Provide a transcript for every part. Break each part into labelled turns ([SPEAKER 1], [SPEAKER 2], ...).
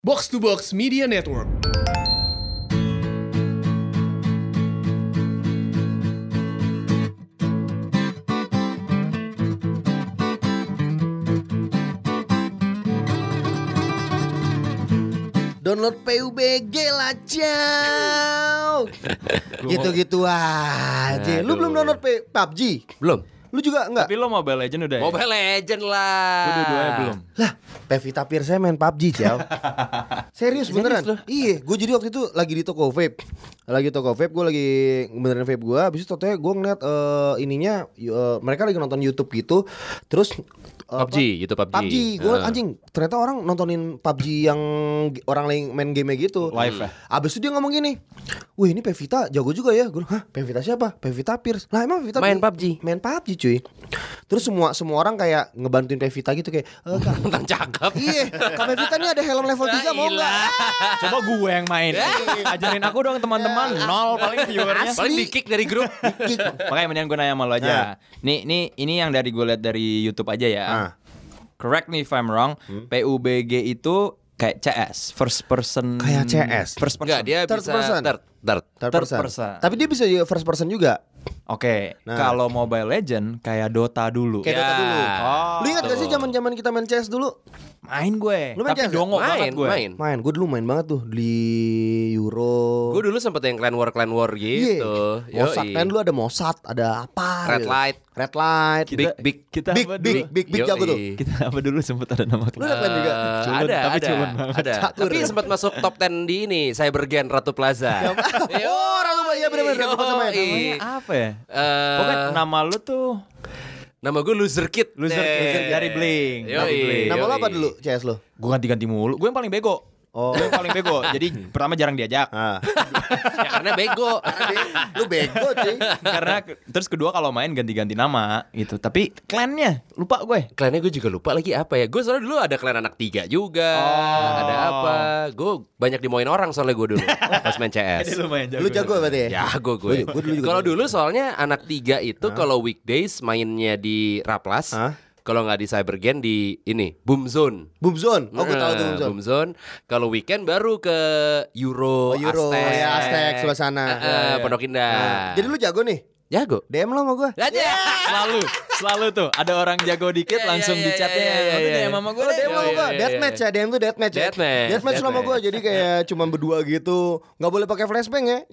[SPEAKER 1] Box to Box Media Network.
[SPEAKER 2] Download PUBG lah, Ciao. Gitu-gitu aja. Lu belum download PUBG?
[SPEAKER 3] Belum.
[SPEAKER 2] Lu juga enggak?
[SPEAKER 4] Tapi lo Mobile Legend udah ya?
[SPEAKER 3] Mobile Legend lah.
[SPEAKER 4] Gue dua-duanya belum.
[SPEAKER 2] Lah, Pevita Pierce saya main PUBG, Ciao. Serius beneran? Iya, gue jadi waktu itu lagi di toko vape. Gue lagi beneran vape gue. Habis itu totalnya gue ngeliat ininya mereka lagi nonton YouTube gitu. Terus
[SPEAKER 3] PUBG, YouTube PUBG.
[SPEAKER 2] PUBG, gue anjing. Ternyata orang nontonin PUBG yang orang lain main game gitu.
[SPEAKER 4] Live ya?
[SPEAKER 2] Abis itu dia ngomong gini, wih ini Pevita jago juga ya. Gue bilang, hah Pevita siapa? Pevita Pierce. Lah emang Pevita
[SPEAKER 3] Main PUBG?
[SPEAKER 2] Main PUBG cuy. Terus semua orang kayak ngebantuin Pevita gitu kayak Kak,
[SPEAKER 3] Tentang cakep.
[SPEAKER 2] iya, Kak Pevita nih ada helm level 3 mau nggak?
[SPEAKER 4] Coba gue yang main. Ajarin aku dong teman-teman. Nol paling viewernya.
[SPEAKER 3] Paling di kick dari grup.
[SPEAKER 4] Makanya mendingan gue nanya sama lo aja. Nih ini yang dari gue lihat dari YouTube aja ya. Correct me if I'm wrong. PUBG itu kayak CS, first person.
[SPEAKER 2] Kayak CS.
[SPEAKER 4] First person.
[SPEAKER 3] Enggak, dia
[SPEAKER 2] Third
[SPEAKER 3] bisa
[SPEAKER 2] person.
[SPEAKER 3] third.
[SPEAKER 4] person.
[SPEAKER 2] Tapi dia bisa juga first person juga.
[SPEAKER 4] Oke,
[SPEAKER 2] Nah.
[SPEAKER 4] Kalau Mobile Legend kayak Dota dulu.
[SPEAKER 2] Kayak Dota dulu.
[SPEAKER 4] Oh,
[SPEAKER 2] Lu ingat gak sih zaman-zaman kita main CS dulu?
[SPEAKER 4] Main gue.
[SPEAKER 2] Lu main
[SPEAKER 4] Tapi
[SPEAKER 2] CS?
[SPEAKER 4] dongo banget gue.
[SPEAKER 3] Main.
[SPEAKER 2] Gue dulu main banget tuh di Euro.
[SPEAKER 3] Gue dulu sempet yang clan war gitu.
[SPEAKER 2] Iya. Mossad kan dulu ada Mossad, ada apa?
[SPEAKER 3] Red
[SPEAKER 2] gitu.
[SPEAKER 3] Light.
[SPEAKER 2] Red Light.
[SPEAKER 3] Big.
[SPEAKER 4] Kita
[SPEAKER 2] Big,
[SPEAKER 4] apa
[SPEAKER 2] big,
[SPEAKER 4] dulu?
[SPEAKER 2] big, big jago tuh.
[SPEAKER 4] Kita apa dulu sempat ada nama
[SPEAKER 2] Lu ada clan juga?
[SPEAKER 4] Culun,
[SPEAKER 3] Ada,
[SPEAKER 4] tapi
[SPEAKER 3] ada,
[SPEAKER 4] culun banget.
[SPEAKER 3] ada.
[SPEAKER 2] Catur.
[SPEAKER 3] Tapi sempat masuk top 10 di ini, Cybergen Ratu Plaza.
[SPEAKER 2] Oh, Ratu Plaza, iya bener-bener, Ratu Plaza main.
[SPEAKER 4] Namanya apa ya?
[SPEAKER 3] Eh,
[SPEAKER 4] Pokoknya nama lu tuh
[SPEAKER 3] Nama gue Loser Kid.
[SPEAKER 4] Loser Kid dari Blink.
[SPEAKER 3] Yoi.
[SPEAKER 2] Nama lo apa dulu CS lo?
[SPEAKER 4] Gue ganti-ganti mulu. Gue yang paling bego.
[SPEAKER 2] Oh.
[SPEAKER 4] Gue yang paling bego. Jadi pertama jarang diajak.
[SPEAKER 3] Ya karena bego.
[SPEAKER 2] Lu bego cuy.
[SPEAKER 4] Karena terus kedua kalau main ganti-ganti nama gitu. Tapi klannya lupa gue.
[SPEAKER 3] Klannya gue juga lupa lagi apa ya. Gue soalnya dulu ada klan anak 3 juga. Ada apa. Gue banyak dimauin orang soalnya gue dulu pas main CS.
[SPEAKER 4] lumayan
[SPEAKER 2] Lu jago berarti ya?
[SPEAKER 3] Jago gue.
[SPEAKER 2] Gua dulu juga
[SPEAKER 3] Kalau
[SPEAKER 2] jago.
[SPEAKER 3] dulu soalnya anak 3 itu kalau weekdays mainnya di Raplas. Kalau nggak di Cybergen di ini Boom Zone.
[SPEAKER 2] Boom Zone. Oh, gue tahu tuh Boom Zone.
[SPEAKER 3] Boom Zone. Kalau weekend baru ke Euro,
[SPEAKER 2] Oh, Euro,
[SPEAKER 3] Aztec.
[SPEAKER 2] ya, Aztec, sebelah sana.
[SPEAKER 3] Pondok Indah.
[SPEAKER 2] Jadi lu jago nih?
[SPEAKER 3] Jago.
[SPEAKER 2] DM lo sama gue.
[SPEAKER 3] Aja.
[SPEAKER 4] Selalu tuh ada orang jago dikit langsung di chatnya. Lu DM sama gue
[SPEAKER 2] Lu DM lo sama gue.
[SPEAKER 3] iya,
[SPEAKER 2] Deathmatch ya, DM tuh deathmatch ya.
[SPEAKER 3] Deathmatch.
[SPEAKER 2] lo sama gue. Jadi kayak cuma berdua gitu. Gak boleh pakai flashbang ya.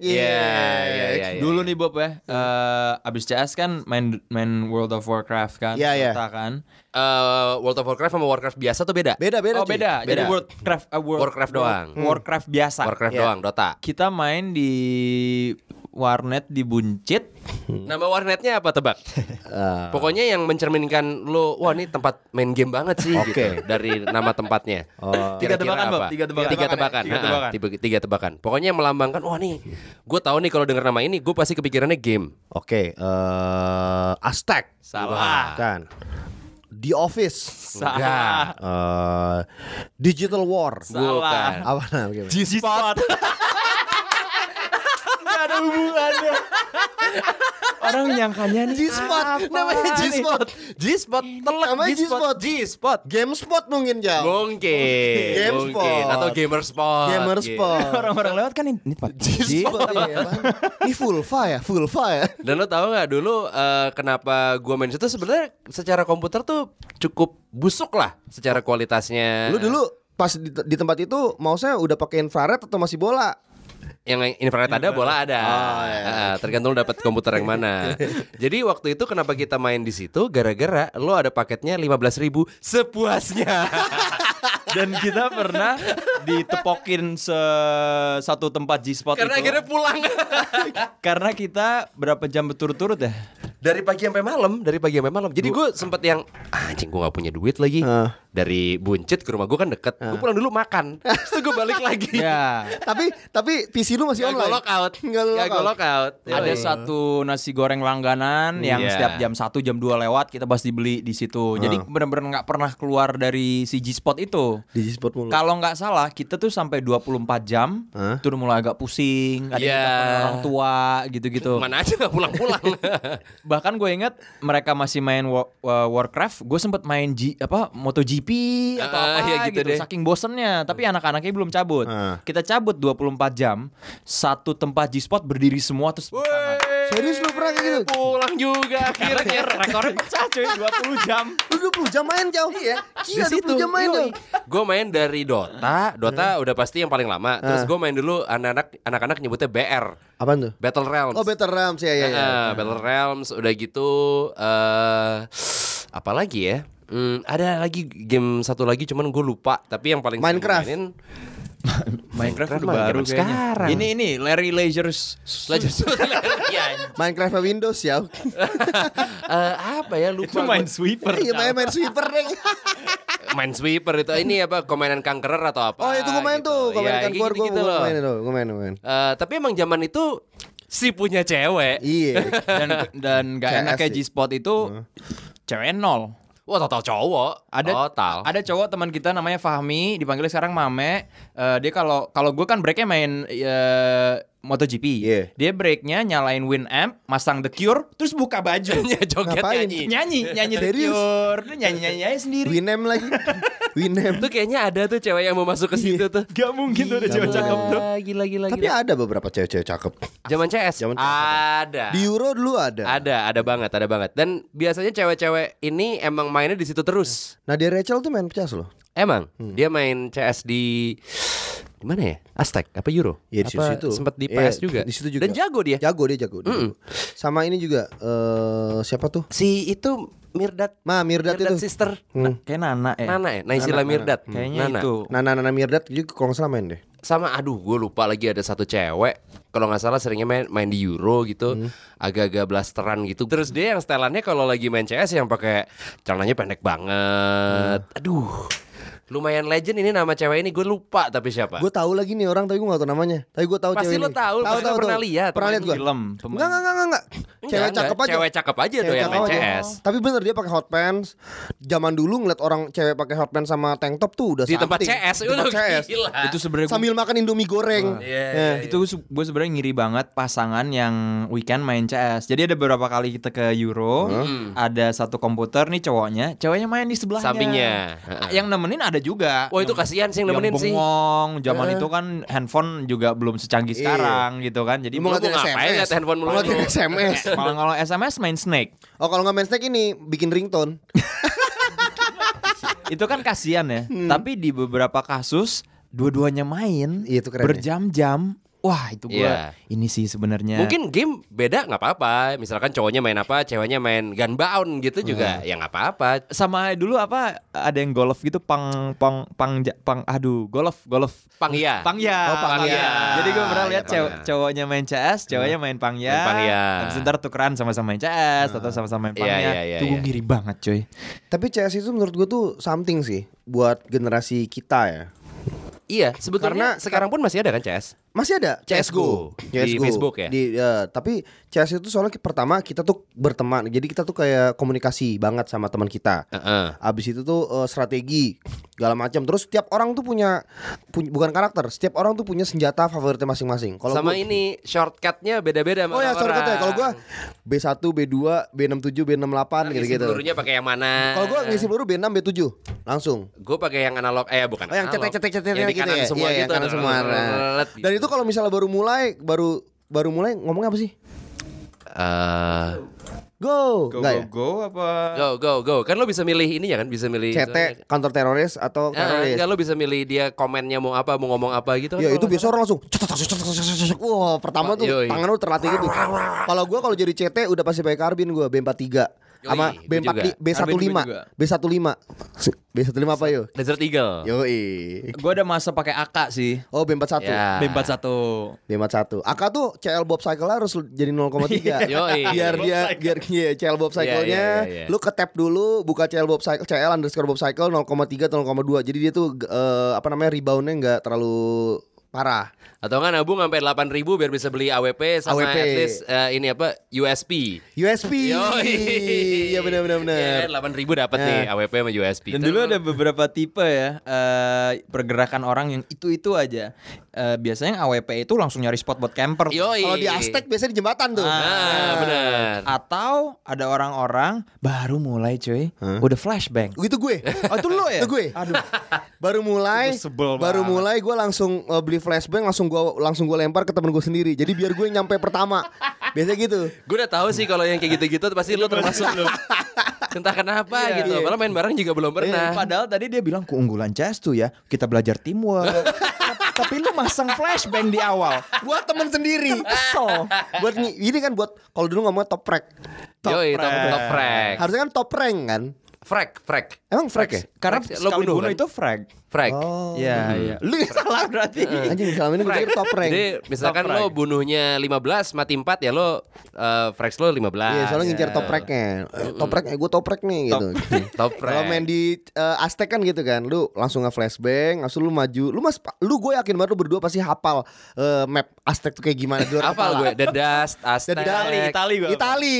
[SPEAKER 3] Iya.
[SPEAKER 4] Dulu nih Bob ya, abis CS kan main World of Warcraft kan,
[SPEAKER 2] Iya, iya.
[SPEAKER 4] Dota kan.
[SPEAKER 3] World of Warcraft sama Warcraft biasa tuh beda.
[SPEAKER 2] Beda
[SPEAKER 4] Oh
[SPEAKER 2] cuy.
[SPEAKER 4] beda. Jadi
[SPEAKER 3] Warcraft doang.
[SPEAKER 4] Warcraft biasa.
[SPEAKER 3] Warcraft
[SPEAKER 2] Iya.
[SPEAKER 3] doang, Dota.
[SPEAKER 4] Kita main di warnet di Buncit.
[SPEAKER 3] Nama warnetnya apa tebak? Pokoknya yang mencerminkan lo, wah ini tempat main game banget sih.
[SPEAKER 2] Oke.
[SPEAKER 3] Gitu, dari nama tempatnya.
[SPEAKER 4] Tiga
[SPEAKER 3] Kira-kira
[SPEAKER 4] tebakan, Bob.
[SPEAKER 3] apa?
[SPEAKER 4] Tiga tebakan.
[SPEAKER 3] Tiga tebakan.
[SPEAKER 4] Tiga tebakan.
[SPEAKER 3] Tiga tebakan. Pokoknya yang melambangkan, wah nih, gue tahu nih kalau denger nama ini, gue pasti kepikirannya game.
[SPEAKER 2] Oke, Aztec.
[SPEAKER 4] Salah.
[SPEAKER 2] Kan. The Office.
[SPEAKER 4] Salah.
[SPEAKER 2] Digital War.
[SPEAKER 4] Salah.
[SPEAKER 2] Apa namanya?
[SPEAKER 4] G-Spot. Gak ada hubungannya. Orang nyangkanya nih
[SPEAKER 2] G-Spot.
[SPEAKER 4] apa
[SPEAKER 2] Namanya
[SPEAKER 4] nih?
[SPEAKER 2] G-Spot.
[SPEAKER 3] G-Spot, telek
[SPEAKER 2] Namanya G-Spot.
[SPEAKER 3] G-Spot.
[SPEAKER 2] Game Spot mungkin jauh.
[SPEAKER 3] Mungkin.
[SPEAKER 2] GameSpot.
[SPEAKER 3] Mungkin. Atau Gamer Spot.
[SPEAKER 2] Gamer
[SPEAKER 3] gitu.
[SPEAKER 2] Spot.
[SPEAKER 4] Orang-orang lewat kan ini tempat
[SPEAKER 2] G-Spot iya, Bang. Ini Vulva ya, Vulva ya.
[SPEAKER 3] Dan lo tahu nggak dulu kenapa gua main situ sebenarnya secara komputer tuh cukup busuk lah secara kualitasnya.
[SPEAKER 2] Lu dulu pas di tempat itu mouse-nya udah pakai infrared atau masih bola?
[SPEAKER 3] Yang infrared ada, bola ada. Tergantung dapat komputer yang mana. Jadi waktu itu kenapa kita main di situ? Gara-gara lo ada paketnya 15.000 sepuasnya.
[SPEAKER 4] Dan kita pernah ditepokin satu tempat G-Spot
[SPEAKER 3] Karena
[SPEAKER 4] itu.
[SPEAKER 3] akhirnya pulang.
[SPEAKER 4] Karena kita berapa jam berturut-turut ya?
[SPEAKER 3] Dari pagi sampai malam. Jadi gue sempet yang anjing gue nggak punya duit lagi. Dari Buncit ke rumah gue kan deket. Gue pulang dulu makan. Terus gue balik lagi.
[SPEAKER 4] Ya.
[SPEAKER 2] Tapi PC lu masih
[SPEAKER 3] Gak gue
[SPEAKER 2] online.
[SPEAKER 3] lockout.
[SPEAKER 2] Nggak lu
[SPEAKER 3] Gak gue
[SPEAKER 2] lockout.
[SPEAKER 3] lockout.
[SPEAKER 4] Ada satu nasi goreng langganan yang
[SPEAKER 3] Iya.
[SPEAKER 4] setiap jam 1 jam 2 lewat kita pasti beli di situ. Jadi benar-benar nggak pernah keluar dari si G-Spot itu.
[SPEAKER 2] Di G-Spot mulu.
[SPEAKER 4] Kalau nggak salah kita tuh sampai 24 jam itu udah mulai agak pusing. Ada yang
[SPEAKER 3] Iya.
[SPEAKER 4] telepon orang tua gitu-gitu.
[SPEAKER 3] Mana aja gak pulang-pulang.
[SPEAKER 4] Bahkan gue inget mereka masih main Warcraft, gue sempet main MotoGP. MotoGP atau apa
[SPEAKER 3] ya
[SPEAKER 4] gitu,
[SPEAKER 3] deh.
[SPEAKER 4] saking bosennya. Tapi anak-anaknya belum cabut. Kita cabut 24 jam, satu tempat G-Spot berdiri semua terus
[SPEAKER 2] Serius lu pernah kayak gitu?
[SPEAKER 3] Pulang juga akhirnya.
[SPEAKER 4] rekornya pecah cuy, 20 jam.
[SPEAKER 2] Lu 20 jam main jauh. Iya. Gila 20 jam main jauh.
[SPEAKER 3] Gue main dari Dota udah pasti yang paling lama. Terus gue main dulu anak-anak nyebutnya BR.
[SPEAKER 2] Apaan tuh?
[SPEAKER 3] Battle Realms.
[SPEAKER 2] Oh, Battle Realms ya.
[SPEAKER 3] Battle Realms udah gitu apa lagi ya? Ada lagi game satu lagi cuman gue lupa. Tapi yang paling sering
[SPEAKER 2] Minecraft.
[SPEAKER 3] mainin
[SPEAKER 4] Minecraft udah
[SPEAKER 3] mah
[SPEAKER 4] baru
[SPEAKER 3] zaman
[SPEAKER 4] kayaknya.
[SPEAKER 3] sekarang.
[SPEAKER 4] Ini Larry Leisure
[SPEAKER 2] Minecraft Windows ya.
[SPEAKER 3] Apa ya lupa.
[SPEAKER 4] itu main sweeper.
[SPEAKER 2] Iya main sweeper deh.
[SPEAKER 3] Main sweeper itu ini apa Command and Conqueror atau apa?
[SPEAKER 2] Oh itu gue main
[SPEAKER 3] gitu.
[SPEAKER 2] tuh. Command
[SPEAKER 3] Ya,
[SPEAKER 2] and Conquer
[SPEAKER 3] gitu loh.
[SPEAKER 2] gue main.
[SPEAKER 3] Tapi emang zaman itu si punya cewek.
[SPEAKER 2] Iya.
[SPEAKER 4] Dan gak
[SPEAKER 2] CS
[SPEAKER 4] enaknya
[SPEAKER 2] sih.
[SPEAKER 4] G-Spot itu cewek nol.
[SPEAKER 3] Wah total cowok. Total.
[SPEAKER 4] Ada cowok teman kita namanya Fahmi, dipanggilnya sekarang Mame. Dia kalau gue kan breaknya main MotoGP.
[SPEAKER 2] Iya.
[SPEAKER 4] Dia breaknya nyalain Winamp, masang The Cure, terus buka baju.
[SPEAKER 3] Joget
[SPEAKER 2] Ngapain?
[SPEAKER 3] nyanyi.
[SPEAKER 4] nyanyi The
[SPEAKER 2] Serius?
[SPEAKER 4] Cure, dia nyanyi aja sendiri.
[SPEAKER 2] Winem lagi. Winem.
[SPEAKER 3] Tuh kayaknya ada tuh cewek yang mau masuk ke situ tuh.
[SPEAKER 4] Gak mungkin tuh ada cewek cakep tuh.
[SPEAKER 3] Gila.
[SPEAKER 2] Tapi ada beberapa cewek-cewek cakep.
[SPEAKER 3] Zaman CS.
[SPEAKER 2] Zaman CS
[SPEAKER 3] ada.
[SPEAKER 2] Di Euro dulu ada.
[SPEAKER 3] Ada banget. Dan biasanya cewek-cewek ini emang mainnya di situ terus.
[SPEAKER 2] Nadia Rachel tuh main pecah loh.
[SPEAKER 3] Emang dia main CS di mana ya? Aztec apa Euro?
[SPEAKER 2] Iya, di
[SPEAKER 3] Apa
[SPEAKER 2] situ.
[SPEAKER 3] sempat di
[SPEAKER 2] Iya,
[SPEAKER 3] PS juga.
[SPEAKER 2] di situ juga.
[SPEAKER 3] Dan jago dia.
[SPEAKER 2] Jago. Sama ini juga siapa tuh?
[SPEAKER 3] Si itu Mirdad.
[SPEAKER 2] Mirdad itu.
[SPEAKER 3] sister.
[SPEAKER 4] Kayak Nana ya.
[SPEAKER 3] Nana ya, Naysila Mirdad.
[SPEAKER 4] Kayaknya
[SPEAKER 3] Nana.
[SPEAKER 4] itu.
[SPEAKER 2] Nana Mirdad juga kalau nggak salah main deh.
[SPEAKER 3] Sama gue lupa lagi ada satu cewek kalau nggak salah seringnya main di Euro gitu, agak-agak blasteran gitu. Terus dia yang setelannya kalau lagi main CS yang pakai celananya pendek banget. Aduh. Lumayan legend ini nama cewek ini gue lupa tapi siapa?
[SPEAKER 2] Gue tahu lagi nih orang tapi gue nggak tahu namanya. Tapi gue tahu
[SPEAKER 3] Pasti
[SPEAKER 2] cewek
[SPEAKER 3] lo
[SPEAKER 2] ini.
[SPEAKER 3] tahu, pasti lo pernah lihat.
[SPEAKER 2] Pernah lihat gue.
[SPEAKER 4] Film.
[SPEAKER 2] Enggak. Cewek cakep aja.
[SPEAKER 3] Cewek cakep aja tuh yang main
[SPEAKER 2] cakep aja.
[SPEAKER 3] CS.
[SPEAKER 2] Tapi bener dia pakai hot pants. Zaman dulu ngeliat orang cewek pakai hot pants sama tank top tuh udah
[SPEAKER 3] Di tempat
[SPEAKER 2] something.
[SPEAKER 3] CS
[SPEAKER 2] Di tempat
[SPEAKER 3] udah
[SPEAKER 2] CS.
[SPEAKER 3] gila.
[SPEAKER 4] Itu sebenarnya
[SPEAKER 2] Sambil makan Indomie goreng.
[SPEAKER 3] Iya.
[SPEAKER 4] itu gue sebenarnya ngiri banget pasangan yang weekend main CS. Jadi ada beberapa kali kita ke Euro, ada satu komputer nih ceweknya main di sebelahnya.
[SPEAKER 3] Sampingnya.
[SPEAKER 4] Yang nemenin ada juga.
[SPEAKER 3] Wah itu kasihan sih yang nemenin sih.
[SPEAKER 4] bengong. Zaman itu kan handphone juga belum secanggih
[SPEAKER 2] Iya.
[SPEAKER 4] sekarang gitu kan. Jadi
[SPEAKER 2] Lu mau
[SPEAKER 3] Lu
[SPEAKER 2] ngatain
[SPEAKER 3] ngapain
[SPEAKER 2] SMS?
[SPEAKER 3] liat handphone
[SPEAKER 2] Mau
[SPEAKER 3] melulu?
[SPEAKER 2] ngatain SMS.
[SPEAKER 4] malah kalau SMS main Snake.
[SPEAKER 2] Oh kalau nggak main snack ini bikin ringtone.
[SPEAKER 4] Itu kan kasihan ya. Tapi di beberapa kasus dua-duanya main
[SPEAKER 2] Iya, itu keren ya.
[SPEAKER 4] berjam-jam. Wah itu gue
[SPEAKER 3] Iya.
[SPEAKER 4] ini sih sebenarnya.
[SPEAKER 3] Mungkin game beda nggak apa-apa. Misalkan cowoknya main apa, ceweknya main Gunbound gitu juga ya nggak apa-apa.
[SPEAKER 4] sama dulu apa ada yang golf gitu golf
[SPEAKER 3] Pangya.
[SPEAKER 4] Pangya.
[SPEAKER 2] Oh, Pangya.
[SPEAKER 4] Jadi gue pernah lihat
[SPEAKER 3] Pangya.
[SPEAKER 4] cowoknya main CS, ceweknya main Pangya.
[SPEAKER 3] Main Pangya.
[SPEAKER 4] Habis ntar tukeran sama-sama main CS atau sama-sama main
[SPEAKER 3] Iya,
[SPEAKER 4] Pangya.
[SPEAKER 3] iya,
[SPEAKER 4] Itu gue
[SPEAKER 3] iya.
[SPEAKER 4] ngiri banget coy.
[SPEAKER 2] Tapi CS itu menurut gue tuh something sih buat generasi kita ya.
[SPEAKER 3] Iya, sebetulnya
[SPEAKER 2] Karena-
[SPEAKER 3] sekarang pun masih ada kan CS?
[SPEAKER 2] Masih ada
[SPEAKER 3] CS:GO. Di Facebook ya?
[SPEAKER 2] Tapi CS itu soalnya pertama kita tuh berteman. Jadi kita tuh kayak komunikasi banget sama teman kita. Abis itu tuh strategi segala macam. Terus setiap orang tuh punya bukan karakter. Setiap orang tuh punya senjata favoritnya masing-masing. Kalau
[SPEAKER 3] Sama
[SPEAKER 2] gua-
[SPEAKER 3] ini shortcutnya beda-beda sama
[SPEAKER 2] Oh ya
[SPEAKER 3] orang.
[SPEAKER 2] shortcutnya. Kalau gua B1, B2, B67, B68
[SPEAKER 3] Ngisi
[SPEAKER 2] gitu-gitu.
[SPEAKER 3] pelurunya pakai yang mana?
[SPEAKER 2] Kalau gua ngisi peluru B6, B7 langsung.
[SPEAKER 3] Gue pakai yang analog, bukan
[SPEAKER 2] Oh yang
[SPEAKER 3] analog.
[SPEAKER 2] cetek-cetek-ceteknya
[SPEAKER 3] Yang di
[SPEAKER 2] gitu
[SPEAKER 3] kanan
[SPEAKER 2] ya.
[SPEAKER 3] semua
[SPEAKER 2] Iya, yang
[SPEAKER 3] gitu.
[SPEAKER 2] kanan semua. Nah. Dan itu kalau misalnya baru mulai ngomongnya apa sih? Go. Enggak ya?
[SPEAKER 4] Go apa?
[SPEAKER 3] Go. Kan lo bisa milih ini ya kan, bisa milih
[SPEAKER 2] CT counter teroris atau teroris.
[SPEAKER 3] Enggak, lo bisa milih dia komennya mau apa, mau ngomong apa gitu kan.
[SPEAKER 2] Ya
[SPEAKER 3] kalau
[SPEAKER 2] itu
[SPEAKER 3] nggak
[SPEAKER 2] biasa orang langsung wah pertama tuh
[SPEAKER 3] Yoi.
[SPEAKER 2] tangan lu terlatih gitu. Kalau gua kalau jadi CT udah pasti pakai karbin gua B43 sama
[SPEAKER 3] Yoi, gua juga.
[SPEAKER 2] B15
[SPEAKER 4] juga.
[SPEAKER 2] B15 B15 apa yuk?
[SPEAKER 3] Desert Eagle.
[SPEAKER 2] Yoi.
[SPEAKER 4] Gue ada masa pakai AK sih.
[SPEAKER 2] Oh B41
[SPEAKER 3] Ya.
[SPEAKER 4] B41.
[SPEAKER 2] B41 AK tuh CL Bob Cycle harus jadi 0,3
[SPEAKER 3] Yoi.
[SPEAKER 2] biar dia CL Bob Cycle-nya
[SPEAKER 3] Iya.
[SPEAKER 2] lu ke tap dulu buka CL Bob Cycle CL_Bob Cycle 0,3 atau 0,2 jadi dia tuh reboundnya nggak terlalu Parah.
[SPEAKER 3] Atau kan nabung sampai 8.000 biar bisa beli AWP sama
[SPEAKER 2] AWP.
[SPEAKER 3] at least ini apa USB.
[SPEAKER 2] USB.
[SPEAKER 3] Yoi.
[SPEAKER 2] Iya benar.
[SPEAKER 3] Ya, 8.000 dapat nih AWP sama USB.
[SPEAKER 4] Dan dulu ada beberapa tipe ya pergerakan orang yang itu aja. Biasanya yang AWP itu langsung nyari spot buat camper.
[SPEAKER 3] Yoi.
[SPEAKER 2] Kalau di Aztec biasanya di jembatan tuh.
[SPEAKER 3] Benar.
[SPEAKER 4] Atau ada orang-orang baru mulai cuy, udah flashbang.
[SPEAKER 2] Itu gue.
[SPEAKER 4] Oh itu lo ya?
[SPEAKER 2] Itu gue.
[SPEAKER 4] Aduh.
[SPEAKER 2] Baru mulai,
[SPEAKER 4] Itu sebel banget.
[SPEAKER 2] gue langsung beli flashbang, langsung gue lempar ke temen gue sendiri. Jadi biar gue nyampe pertama. Biasanya gitu.
[SPEAKER 3] Gue udah tahu sih kalau yang kayak gitu-gitu pasti lo termasuk lo. Entah kenapa
[SPEAKER 2] Iya,
[SPEAKER 3] gitu.
[SPEAKER 2] iya.
[SPEAKER 3] Padahal main bareng juga belum pernah.
[SPEAKER 4] Padahal tadi dia bilang keunggulan CS tuh ya, kita belajar teamwork. Tapi lu masang flashbang di awal.
[SPEAKER 2] Buat temen sendiri.
[SPEAKER 4] Kesel.
[SPEAKER 2] Buat ini kan buat kalau dulu ngomongnya top rank.
[SPEAKER 3] Yoi, top frag.
[SPEAKER 2] Harusnya kan top rank kan.
[SPEAKER 3] Frag.
[SPEAKER 2] Emang frag ya?
[SPEAKER 4] Karena
[SPEAKER 3] Lo
[SPEAKER 4] sekali
[SPEAKER 3] bunuh
[SPEAKER 4] bunuh
[SPEAKER 3] kan?
[SPEAKER 4] itu frag.
[SPEAKER 3] Frag.
[SPEAKER 2] Oh.
[SPEAKER 4] Iya. Lu yang salah berarti.
[SPEAKER 2] Anjing selama ini gue pikir top rank.
[SPEAKER 3] Jadi misalkan
[SPEAKER 4] Top
[SPEAKER 3] lo
[SPEAKER 4] frag.
[SPEAKER 3] bunuhnya 15 mati 4 ya lo frags lo 15.
[SPEAKER 2] Iya, soalnya ngincer top ranknya. Top rank, gue top rank nih gitu.
[SPEAKER 3] Top
[SPEAKER 2] Kalau
[SPEAKER 3] frag.
[SPEAKER 2] main di Aztec kan gitu kan, lu langsung nge-flashbang, langsung lu maju. Lu gue yakin banget lu berdua pasti hapal map Aztec tuh kayak gimana di luar
[SPEAKER 3] Hafal
[SPEAKER 2] kepala.
[SPEAKER 3] gue The Dust, Aztec.
[SPEAKER 4] Itali gua.
[SPEAKER 2] Itali.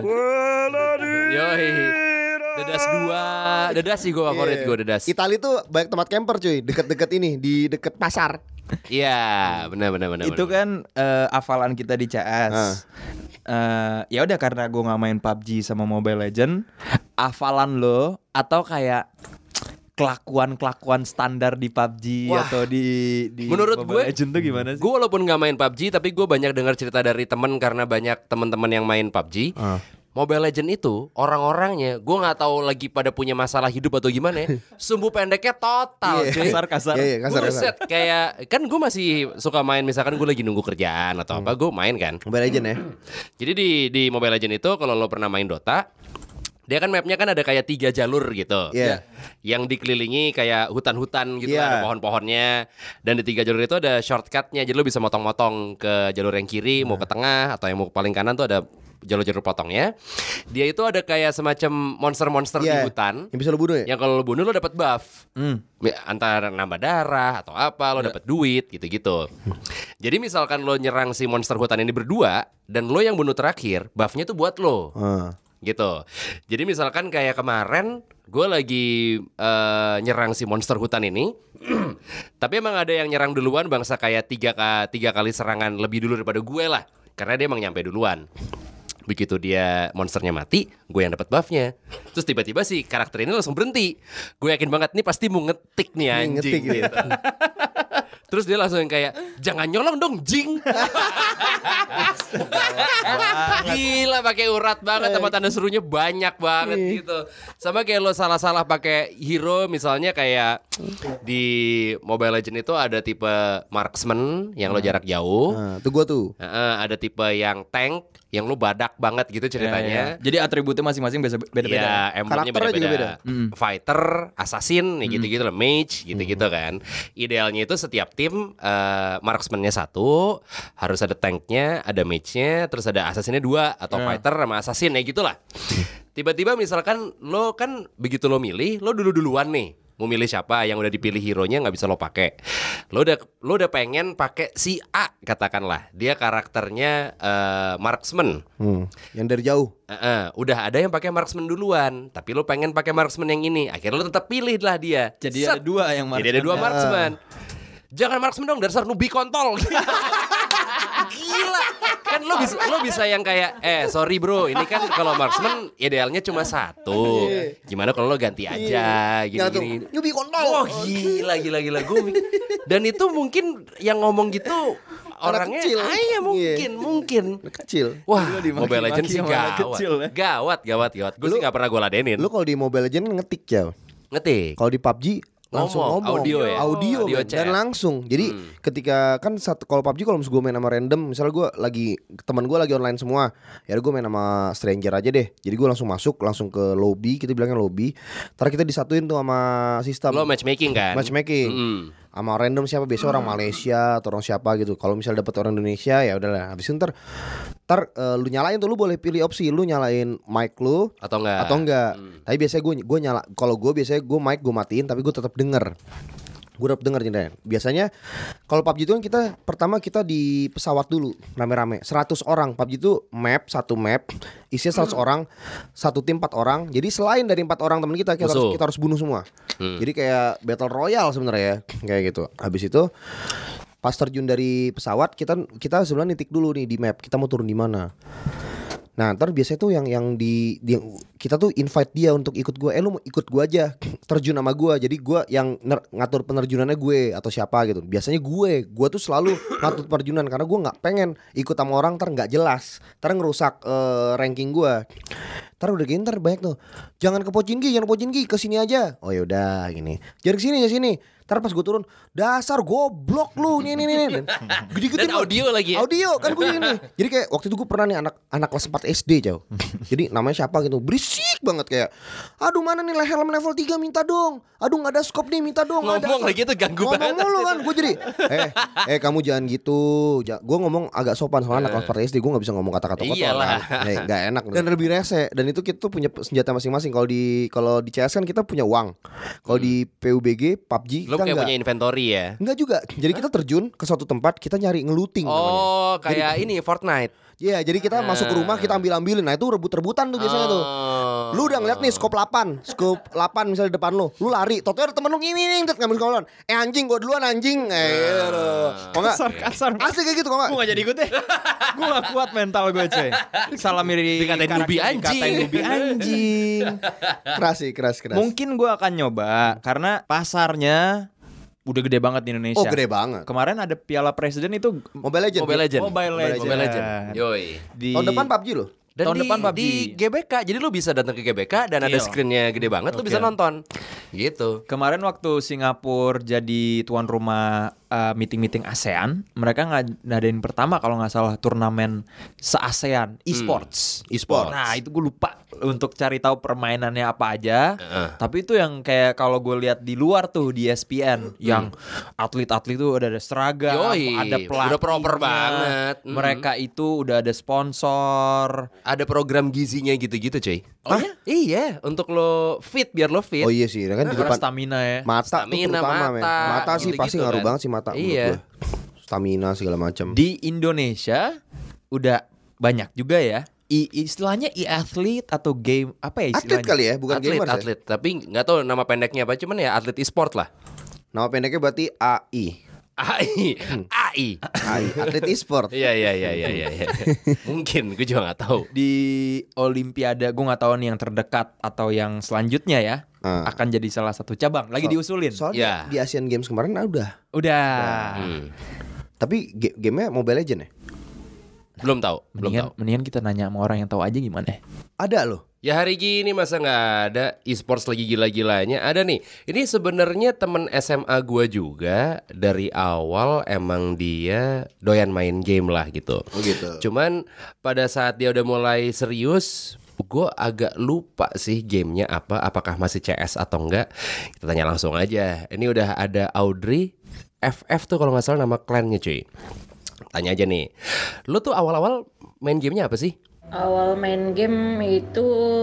[SPEAKER 3] Yoi. The Dust 2. The Dust sih gue favorit gue The Dust.
[SPEAKER 2] Itali tuh banyak tempat camper cuy, deket-deket ini, di deket pasar.
[SPEAKER 3] Iya, benar.
[SPEAKER 4] Itu kan hafalan kita di CS. Ya udah karena gue nggak main PUBG sama Mobile Legend, hafalan lo atau kayak kelakuan standar di PUBG
[SPEAKER 3] Wah.
[SPEAKER 4] atau di
[SPEAKER 3] Menurut
[SPEAKER 4] Mobile
[SPEAKER 3] gue,
[SPEAKER 4] Legend tuh gimana sih?
[SPEAKER 3] gue walaupun gak main PUBG, tapi gue banyak dengar cerita dari temen karena banyak teman-teman yang main PUBG. Mobile Legend itu orang-orangnya gue nggak tahu lagi pada punya masalah hidup atau gimana ya. Sumbu pendeknya total.
[SPEAKER 2] Iya.
[SPEAKER 3] cuy.
[SPEAKER 4] Kasar.
[SPEAKER 2] Iya, kasar.
[SPEAKER 3] Buset, kayak kan gue masih suka main misalkan gue lagi nunggu kerjaan atau apa gue main kan.
[SPEAKER 2] Mobile Legend ya.
[SPEAKER 3] Jadi di Mobile Legend itu kalau lo pernah main Dota, dia kan mapnya kan ada kayak 3 jalur gitu.
[SPEAKER 2] Iya.
[SPEAKER 3] Yang dikelilingi kayak hutan-hutan gitu,
[SPEAKER 2] Iya.
[SPEAKER 3] ada pohon-pohonnya. Dan di 3 jalur itu ada shortcutnya, jadi lo bisa motong-motong ke jalur yang kiri, mau ke tengah atau yang mau ke paling kanan tuh ada jalur-jalur potongnya. Dia itu ada kayak semacam monster-monster di
[SPEAKER 2] Iya.
[SPEAKER 3] hutan.
[SPEAKER 2] Yang bisa lu bunuh ya?
[SPEAKER 3] Yang kalau lo bunuh lo dapat buff. Antara nambah darah atau apa, lo dapat duit gitu-gitu. Jadi misalkan lo nyerang si monster hutan ini berdua dan lo yang bunuh terakhir, buffnya tuh buat lo. Gitu. Jadi misalkan kayak kemarin gue lagi nyerang si monster hutan ini. Tapi emang ada yang nyerang duluan, bangsa kayak tiga kali serangan lebih dulu daripada gue lah. Karena dia emang nyampe duluan. Begitu dia monsternya mati, gue yang dapat buffnya. Terus tiba-tiba si karakter ini langsung berhenti. Gue yakin banget nih pasti mau ngetik nih anjing
[SPEAKER 2] Ngetik gitu.
[SPEAKER 3] gitu. Terus dia langsung yang kayak jangan nyolong dong jing. Gila pakai urat banget sama tanda serunya banyak banget gitu. Sama kayak lo salah-salah pakai hero misalnya kayak di Mobile Legend itu ada tipe marksman yang lo jarak jauh.
[SPEAKER 2] Nah, tuh gua tuh.
[SPEAKER 3] Ada tipe yang tank yang lo badak banget gitu ceritanya.
[SPEAKER 4] Jadi atributnya masing-masing beda-beda.
[SPEAKER 3] Iya, emblemnya
[SPEAKER 2] Karakternya juga
[SPEAKER 3] beda-beda. Fighter, assassin, ya gitu-gitu lah, mage, gitu-gitu kan. Idealnya itu setiap tim marksman-nya 1, harus ada tanknya, ada mage-nya, terus ada assassin-nya 2 atau fighter sama assassin ya gitulah. Tiba-tiba misalkan lo kan begitu lo milih, lo duluan nih. Mau milih siapa yang udah dipilih hero-nya nggak bisa lo pakai. Lo udah pengen pakai si A katakanlah. Dia karakternya marksman.
[SPEAKER 2] Yang dari jauh.
[SPEAKER 3] Udah ada yang pakai marksman duluan, tapi lo pengen pakai marksman yang ini. Akhirnya lo tetap pilih lah dia.
[SPEAKER 4] Jadi
[SPEAKER 3] Set.
[SPEAKER 4] ada 2 yang
[SPEAKER 3] Jadi ada 2 marksman. Jangan marksman dong, dasar nubi kontol. Gila. Kan lo bisa yang kayak sorry bro, ini kan kalau marksman idealnya cuma 1. Gimana kalau lo ganti aja gini-gini.
[SPEAKER 2] Nyubi kontol.
[SPEAKER 3] Oh gila. Dan itu mungkin yang ngomong gitu orangnya
[SPEAKER 2] kecil.
[SPEAKER 3] iya mungkin.
[SPEAKER 2] Kecil.
[SPEAKER 3] Wah,
[SPEAKER 4] Lu dimaki-maki
[SPEAKER 3] Mobile Legends sih
[SPEAKER 4] sama anak
[SPEAKER 3] gawat.
[SPEAKER 4] kecil ya.
[SPEAKER 3] Gawat. Gue sih gak pernah gue ladenin.
[SPEAKER 2] Lu kalau di Mobile Legend ngetik ya.
[SPEAKER 3] Ngetik.
[SPEAKER 2] Kalau di PUBG langsung ngomong.
[SPEAKER 3] Audio ya?
[SPEAKER 2] Audio,
[SPEAKER 3] Audio
[SPEAKER 2] men.
[SPEAKER 3] chat.
[SPEAKER 2] Dan langsung. Jadi ketika kan kalau PUBG kalau misalnya gue main sama random, misalnya gue lagi teman gue lagi online semua, ya gue main sama stranger aja deh. Jadi gue langsung masuk langsung ke lobby, kita bilangnya lobby. Ntar kita disatuin tuh sama sistem.
[SPEAKER 3] Lo matchmaking kan?
[SPEAKER 2] Matchmaking. Sama random siapa, biasa orang Malaysia atau orang siapa gitu. Kalau misalnya dapet orang Indonesia ya udahlah. Habis itu ntar lu nyalain tuh, lu boleh pilih opsi lu nyalain mic lu
[SPEAKER 3] Atau enggak?
[SPEAKER 2] Tapi biasanya gue nyala. Kalau gue biasanya gue mic gue matiin tapi gue tetap denger. Gue udah denger ceritanya. Biasanya kalau PUBG itu kan kita di pesawat dulu rame-rame 100 orang. PUBG itu satu map isinya 100 orang, satu tim 4 orang. Jadi selain dari 4 orang teman kita harus bunuh semua. Jadi kayak battle royale sebenarnya ya, kayak gitu. Habis itu pas terjun dari pesawat kita sebenarnya nitik dulu nih di map kita mau turun di mana. Nah, ntar biasanya tuh yang kita tuh invite dia untuk ikut gue. Lu mau ikut gue aja, terjun sama gue. Jadi gue yang ngatur penerjunannya gue atau siapa gitu. Biasanya gue tuh selalu ngatur penerjunan karena gue nggak pengen ikut sama orang ntar nggak jelas, ntar ngerusak ranking gue. Ntar udah gini ntar banyak tuh. Jangan ke Pochinki, ke sini aja. Oh yaudah gini. Jangan ke sini. Ntar pas gue turun, dasar goblok lu nih.
[SPEAKER 3] Dan audio lagi ya.
[SPEAKER 2] Audio kan gue ini. Jadi kayak waktu itu gue pernah nih anak kelas 4 SD jauh. Jadi namanya siapa gitu, berisik banget kayak, aduh mana nih helm level 3 minta dong. Aduh nggak ada scope nih minta dong.
[SPEAKER 3] Ngomong lagi tuh ganggu banget.
[SPEAKER 2] Ngomong mulu kan, gue jadi kamu jangan gitu. Gue ngomong agak sopan soalnya anak kelas 4 SD gue nggak bisa ngomong kata-kata kotor.
[SPEAKER 3] Iyalah.
[SPEAKER 2] Nggak enak dan lebih rese. Dan itu kita tuh punya senjata masing-masing. Kalau di CS kan kita punya uang. Kalau di PUBG, PUBG
[SPEAKER 3] Lo kayak punya inventory ya?
[SPEAKER 2] Enggak juga. Jadi kita terjun ke suatu tempat, kita nyari ngelooting namanya.
[SPEAKER 3] Oh, kayak ini Fortnite.
[SPEAKER 2] Iya, jadi kita masuk ke rumah, kita ambil-ambilin. Nah, itu rebut-rebutan tuh biasanya tuh. Lu udah ngeliat nih scope 8 misalnya di depan lu. Lu lari, tau ada temen lu ngini ngambil scope 8. Anjing, gua duluan anjing. Gitu. Kok enggak?
[SPEAKER 4] Kasar.
[SPEAKER 2] Asli kayak gitu kok enggak?
[SPEAKER 4] Gue gak jadi ikut deh. Gue gak kuat mental gue cuy. Salah mirip
[SPEAKER 3] Dikatain nubi
[SPEAKER 4] anjing.
[SPEAKER 2] Keras.
[SPEAKER 4] Mungkin gue akan nyoba karena pasarnya udah gede banget di Indonesia.
[SPEAKER 2] Oh, gede banget.
[SPEAKER 4] Kemarin ada Piala Presiden itu
[SPEAKER 2] Mobile Legend.
[SPEAKER 4] Mobile Legend.
[SPEAKER 3] Yoi.
[SPEAKER 2] Tahun depan PUBG loh.
[SPEAKER 3] Dan
[SPEAKER 4] tahun depan PUBG.
[SPEAKER 3] di GBK, jadi lu bisa datang ke GBK dan ada
[SPEAKER 4] Iya.
[SPEAKER 3] screennya gede banget, lu bisa nonton. Gitu.
[SPEAKER 4] Kemarin waktu Singapura jadi tuan rumah meeting-meeting ASEAN, mereka ngadain pertama kalau nggak salah turnamen se-ASEAN e-sports.
[SPEAKER 2] E-sports.
[SPEAKER 4] Nah itu gue lupa untuk cari tahu permainannya apa aja. Tapi itu yang kayak kalau gue lihat di luar tuh di ESPN, yang atlet-atlet tuh udah ada seragam,
[SPEAKER 3] Yoi,
[SPEAKER 4] ada pelatihnya,
[SPEAKER 3] udah proper banget.
[SPEAKER 4] Mereka itu udah ada sponsor.
[SPEAKER 3] Ada program gizinya gitu-gitu, cuy.
[SPEAKER 4] Oh ya?
[SPEAKER 3] Iya, untuk lo fit, biar lo fit.
[SPEAKER 2] Oh iya sih, kan di
[SPEAKER 4] Karena
[SPEAKER 2] depan
[SPEAKER 4] stamina ya.
[SPEAKER 2] mata tuh
[SPEAKER 3] Stamina,
[SPEAKER 2] terutama men. Mata sih
[SPEAKER 3] gitu-gitu
[SPEAKER 2] pasti ngaruh
[SPEAKER 3] kan.
[SPEAKER 2] banget sih mata menurut
[SPEAKER 3] Iya.
[SPEAKER 2] gue. Stamina segala macam.
[SPEAKER 4] Di Indonesia udah banyak juga ya. Istilahnya e-athlete atau game apa ya istilahnya?
[SPEAKER 2] Atlet kali ya, bukan
[SPEAKER 3] Atlet,
[SPEAKER 2] gamers ya.
[SPEAKER 3] atlet. Tapi nggak tahu nama pendeknya apa, cuman ya atlet e-sport lah.
[SPEAKER 2] Nama pendeknya berarti AI.
[SPEAKER 3] AI.
[SPEAKER 2] Atlet e-sport.
[SPEAKER 3] Iya. Mungkin, gue juga nggak tahu.
[SPEAKER 4] Di Olimpiade gue nggak tahu nih yang terdekat atau yang selanjutnya ya akan jadi salah satu cabang lagi diusulin.
[SPEAKER 2] Soalnya
[SPEAKER 3] Ya.
[SPEAKER 2] di Asian Games kemarin udah. Tapi gamenya Mobile Legend ya?
[SPEAKER 3] Belum tahu.
[SPEAKER 4] Mendingan kita nanya sama orang yang tahu aja gimana.
[SPEAKER 2] Ada loh.
[SPEAKER 3] Ya hari gini masa nggak ada e-sports lagi gila-gilanya. Ada nih. Ini sebenarnya temen SMA gua juga dari awal emang dia doyan main game lah gitu.
[SPEAKER 2] Oh gitu.
[SPEAKER 3] Cuman pada saat dia udah mulai serius, gue agak lupa sih gamenya apa. Apakah masih CS atau enggak? Kita tanya langsung aja. Ini udah ada Audrey FF tuh kalau nggak salah nama klannya cuy. Tanya aja nih. Lu tuh awal-awal main gamenya apa sih?
[SPEAKER 5] Awal main game itu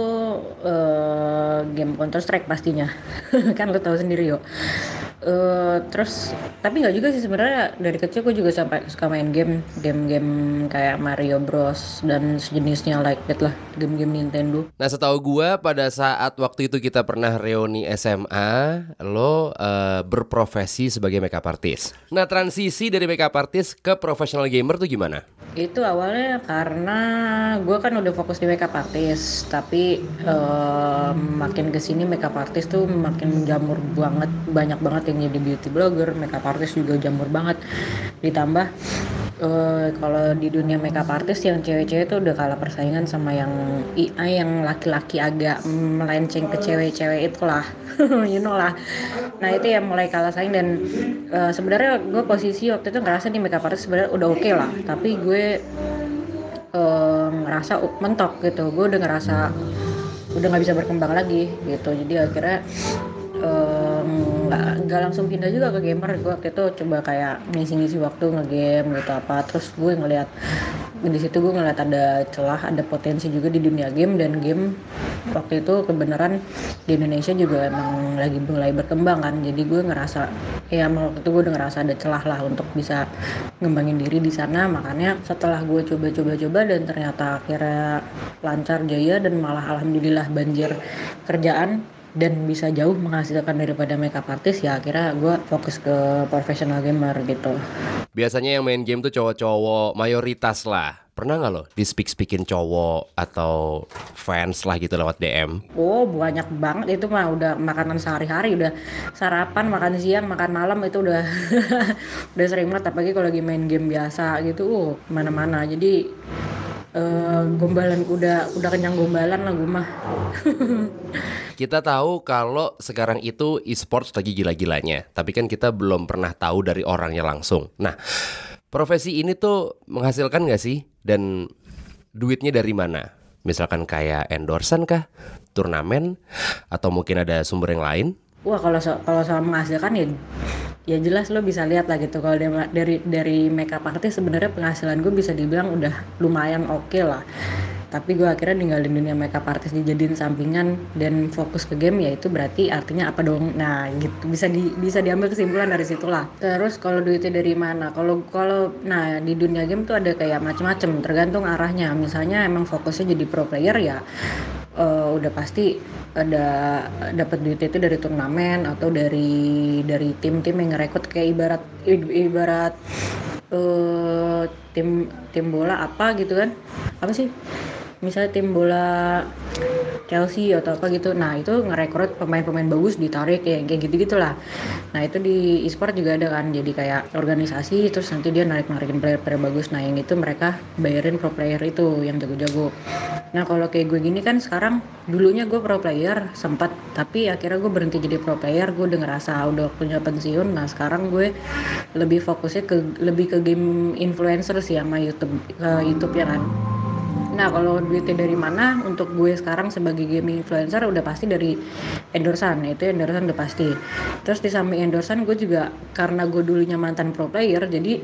[SPEAKER 5] game Counter Strike pastinya. Kan lo tahu sendiri yo. Terus tapi nggak juga sih sebenarnya, dari kecil gue juga sampai suka main game kayak Mario Bros dan sejenisnya like that lah, game-game Nintendo.
[SPEAKER 3] Nah setahu gua pada saat waktu itu kita pernah reuni SMA, lo berprofesi sebagai makeup artist. Nah transisi dari makeup artist ke professional gamer tuh gimana?
[SPEAKER 5] Itu awalnya karena gue kan udah fokus di makeup artist, tapi makin kesini makeup artist tuh makin menjamur banget, banyak banget yang jadi beauty blogger, makeup artist juga jamur banget. Ditambah kalau di dunia makeup artist yang cewek-cewek tuh udah kalah persaingan sama yang AI yang laki-laki agak melenceng ke cewek-cewek itulah, you know lah. Nah itu yang mulai kalah saing dan sebenarnya gue posisi waktu itu ngerasa di makeup artist sebenarnya udah oke lah, tapi gue ngerasa mentok gitu. Gue udah ngerasa udah nggak bisa berkembang lagi gitu, jadi akhirnya nggak langsung pindah juga ke gamer. Gue waktu itu coba kayak ngisi-ngisi waktu ngegame gitu apa, terus gue ngeliat di situ gue ngeliat ada celah, ada potensi juga di dunia game, dan game waktu itu kebenaran di Indonesia juga emang lagi mulai berkembang kan. Jadi gue ngerasa ya waktu itu gue udah ngerasa ada celah lah untuk bisa ngembangin diri di sana. Makanya setelah gue coba dan ternyata akhirnya lancar jaya dan malah alhamdulillah banjir kerjaan dan bisa jauh menghasilkan daripada makeup artist, ya akhirnya gue fokus ke professional gamer gitu.
[SPEAKER 3] Biasanya yang main game tuh cowok-cowok mayoritas lah. Pernah nggak lo di-speak-speakin cowok atau fans lah gitu lewat DM?
[SPEAKER 5] Oh banyak banget, itu mah udah makanan sehari-hari, udah sarapan, makan siang, makan malam itu udah udah sering banget, apalagi kalau lagi main game biasa gitu, mana-mana. Jadi gombalan udah kenyang gombalan lah gue mah.
[SPEAKER 3] Kita tahu kalau sekarang itu e-sports lagi gila-gilanya, tapi kan kita belum pernah tahu dari orangnya langsung. Nah, profesi ini tuh menghasilkan nggak sih? Dan duitnya dari mana? Misalkan kayak endorsan kah? Turnamen? Atau mungkin ada sumber yang lain?
[SPEAKER 5] Wah kalau soal menghasilkan ya jelas lo bisa lihat lah gitu. Kalau dari makeup artist sebenarnya penghasilan gue bisa dibilang udah lumayan oke lah. Tapi gue akhirnya ninggalin dunia makeup artist, dijadiin sampingan dan fokus ke game, ya itu berarti artinya apa dong? Nah gitu, bisa diambil kesimpulan dari situlah. Terus kalau duitnya dari mana? Nah di dunia game tuh ada kayak macam-macam, tergantung arahnya. Misalnya emang fokusnya jadi pro player, ya udah pasti ada dapat duit itu dari turnamen atau dari tim-tim yang ngerekrut, kayak ibarat tim bola apa gitu kan, apa sih, misalnya tim bola Chelsea atau apa gitu. Nah itu ngerekrut pemain-pemain bagus, ditarik kayak gitu-gitulah. Nah itu di e-sport juga ada kan, jadi kayak organisasi, terus nanti dia narikin player-player bagus. Nah yang itu mereka bayarin pro player itu yang jago-jago. Nah kalau kayak gue gini kan sekarang, dulunya gue pro player sempat, tapi akhirnya gue berhenti jadi pro player. Gue udah ngerasa udah punya pensiun. Nah sekarang gue lebih fokusnya lebih ke game influencer sih, sama YouTube ya kan. Nah kalau duitnya dari mana, untuk gue sekarang sebagai gaming influencer udah pasti dari endorsan, itu endorsan udah pasti. Terus di samping endorsan, gue juga karena gue dulunya mantan pro player, jadi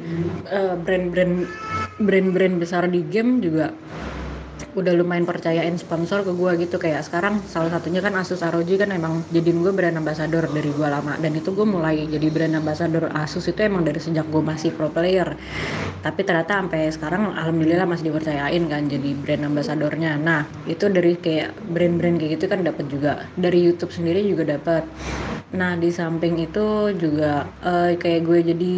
[SPEAKER 5] brand-brand besar di game juga udah lumayan percayain sponsor ke gue gitu. Kayak sekarang salah satunya kan Asus ROG kan emang jadiin gue brand ambassador dari gue lama, dan itu gue mulai jadi brand ambassador Asus itu emang dari sejak gue masih pro player, tapi ternyata sampai sekarang alhamdulillah masih dipercayain kan jadi brand ambassadornya. Nah itu dari kayak brand-brand kayak gitu kan dapat juga, dari YouTube sendiri juga dapat. Nah di samping itu juga kayak gue jadi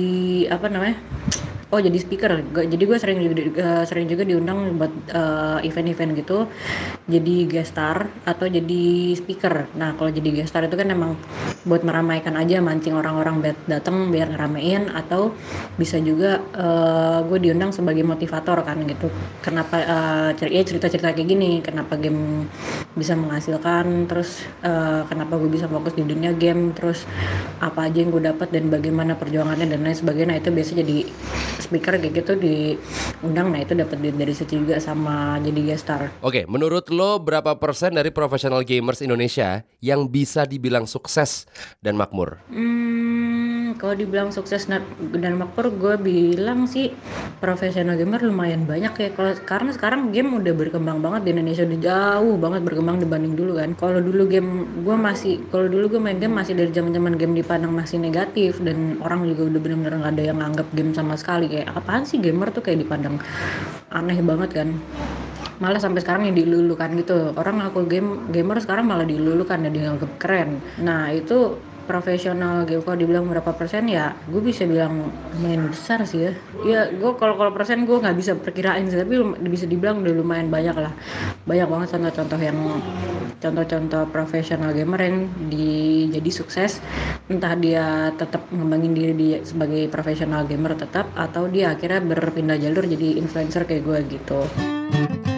[SPEAKER 5] jadi speaker. Jadi gue sering juga diundang buat event-event gitu, jadi guest star atau jadi speaker. Nah kalau jadi guest star itu kan emang buat meramaikan aja, mancing orang-orang datang biar ngeramein, atau bisa juga gue diundang sebagai motivator kan gitu. Kenapa cerita-cerita kayak gini, kenapa game bisa menghasilkan, terus kenapa gue bisa fokus di dunia game, terus apa aja yang gue dapat dan bagaimana perjuangannya dan lain sebagainya. Nah itu biasa jadi speaker kayak gitu diundang. Nah itu dapat duit dari situ juga sama jadi guest star.
[SPEAKER 3] Oke, menurut lo berapa persen dari profesional gamers Indonesia yang bisa dibilang sukses dan makmur?
[SPEAKER 5] Kalau dibilang sukses dan makmur, gue bilang sih profesional gamer lumayan banyak ya. Karena sekarang game udah berkembang banget di Indonesia, udah jauh banget berkembang dibanding dulu kan. Kalau dulu gue main game masih dari zaman game dipandang masih negatif, dan orang juga udah benar-benar nggak ada yang nganggap game sama sekali. Kayak apaan sih gamer tuh, kayak dipandang aneh banget kan. Malah sampai sekarang yang dilulukan gitu, orang ngaku gamer sekarang malah dilulukan dan dianggap keren. Nah itu profesional game, kalau dibilang berapa persen, ya gue bisa bilang lumayan besar sih ya. Ya gue kalau persen gue nggak bisa perkirain sih, tapi bisa dibilang udah lumayan banyak lah. Banyak banget contoh-contoh profesional gamer yang jadi sukses, entah dia tetap ngembangin diri dia sebagai profesional gamer tetap, atau dia akhirnya berpindah jalur jadi influencer kayak gue gitu.